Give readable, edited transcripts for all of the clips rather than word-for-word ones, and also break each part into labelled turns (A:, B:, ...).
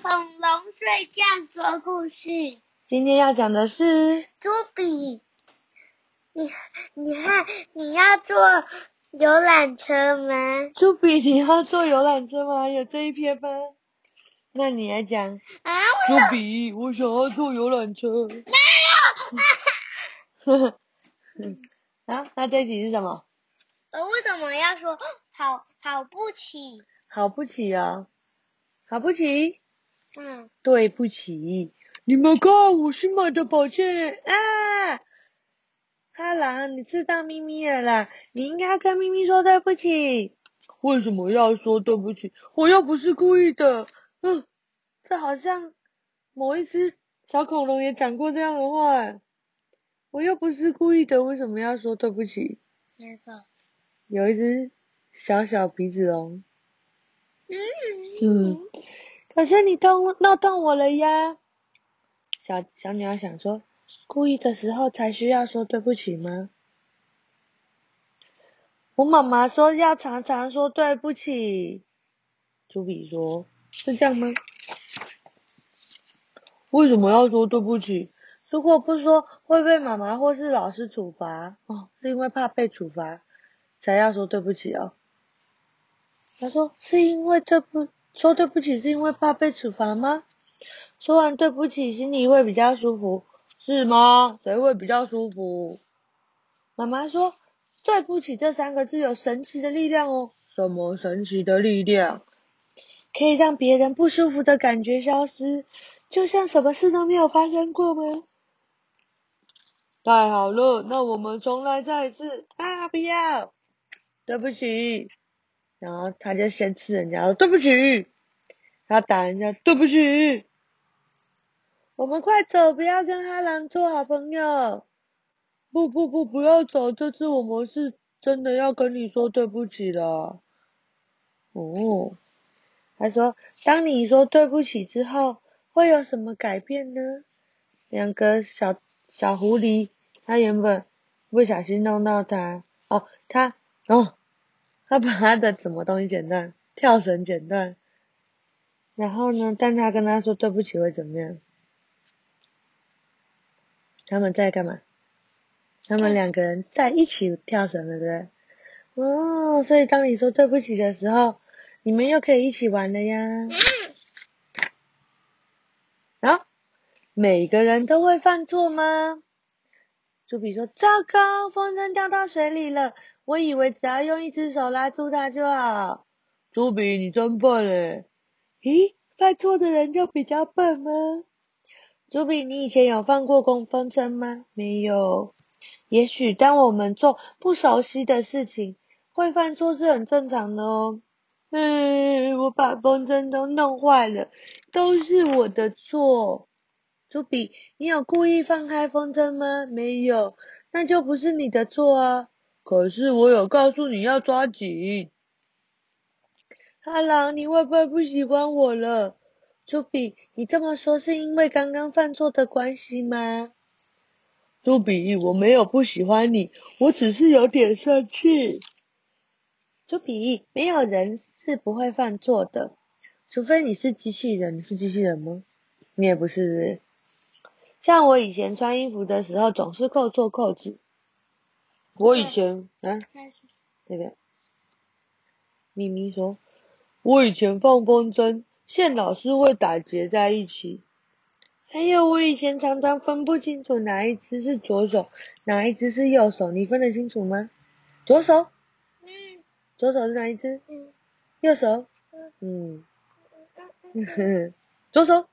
A: 恐龙睡觉说故事。
B: 今天要讲的是
A: 朱比，你要坐游览车吗？
B: 朱比，你要坐游览车吗？有这一篇吗？那你来讲。朱比，我想要坐游览车。没有。那这一集是什么？
A: 为什么要说好不起？
B: 好不起啊，好不起。对不起。你们看，我新买的宝剑啊！哈郎，你吃到咪咪了啦！你应该要跟咪咪说对不起。为什么要说对不起？我又不是故意的。这好像某一只小恐龙也讲过这样的话。我又不是故意的，为什么要说对不起？
A: 哪个？
B: 有一只小小鼻子龙。可是你闹动我了呀。小鸟想说，故意的时候才需要说对不起吗？我妈妈说要常常说对不起。朱比说，是这样吗？为什么要说对不起？如果不说会被妈妈或是老师处罚。是因为怕被处罚才要说对不起哦。他说是因为说对不起是因为怕被处罚吗？说完对不起心里会比较舒服，是吗？谁会比较舒服？妈妈说对不起这3个字有神奇的力量哦。什么神奇的力量？可以让别人不舒服的感觉消失，就像什么事都没有发生过吗？太好了，那我们重来再一次。不要，对不起。然后他就先吃人家，对不起。他打人家，对不起。我们快走，不要跟哈郎做好朋友。不要走，这次我们是真的要跟你说对不起了。他说，当你说对不起之后，会有什么改变呢？2个小狐狸，他原本不小心弄到他，他把他的什么东西剪断，跳绳剪断。然后呢，但他跟他说对不起会怎么样？他们在干嘛？他们2个人在一起跳绳了，对不对？所以当你说对不起的时候，你们又可以一起玩了呀。每个人都会犯错吗？朱比说，糟糕，风筝掉到水里了，我以为只要用一只手拉住它就好。朱比，你真笨耶。咦，犯错的人就比较笨吗？朱比，你以前有放过风筝吗？没有。也许当我们做不熟悉的事情，会犯错是很正常的哦。我把风筝都弄坏了，都是我的错。朱比，你有故意放开风筝吗？没有，那就不是你的错啊。可是我有告诉你要抓紧。哈郎，你会不会不喜欢我了？朱比，你这么说是因为刚刚犯错的关系吗？朱比，我没有不喜欢你，我只是有点生气。朱比，没有人是不会犯错的，除非你是机器人。你是机器人吗？你也不是。像我以前穿衣服的时候总是扣错扣子。我以前这个咪咪说，我以前放风筝，线老是会打结在一起。还有我以前常常分不清楚哪一只是左手，哪一只是右手，你分得清楚吗？左手？左手是哪一只？右手？左手？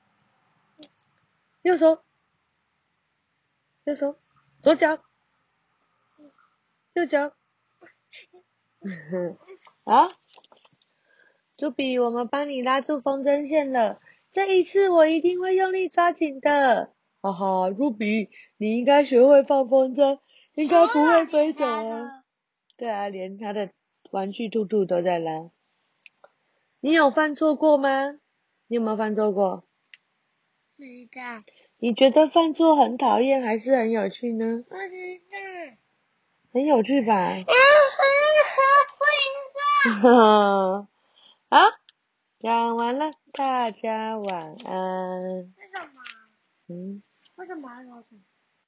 B: 右手？右手？左脚？右脚？朱比，我们帮你拉住风筝线了，这一次我一定会用力抓紧的。哈哈，朱比，你应该学会放风筝，应该不会飞走啊。对啊，连他的玩具兔兔都在拉。你有犯错过吗？你有没有犯错过？
A: 不知道。
B: 你觉得犯错很讨厌还是很有趣呢？
A: 不知道。
B: 很有趣吧？ 讲完了，大家晚安。
A: 为什么？
B: 嗯。
A: 为什么要说什么？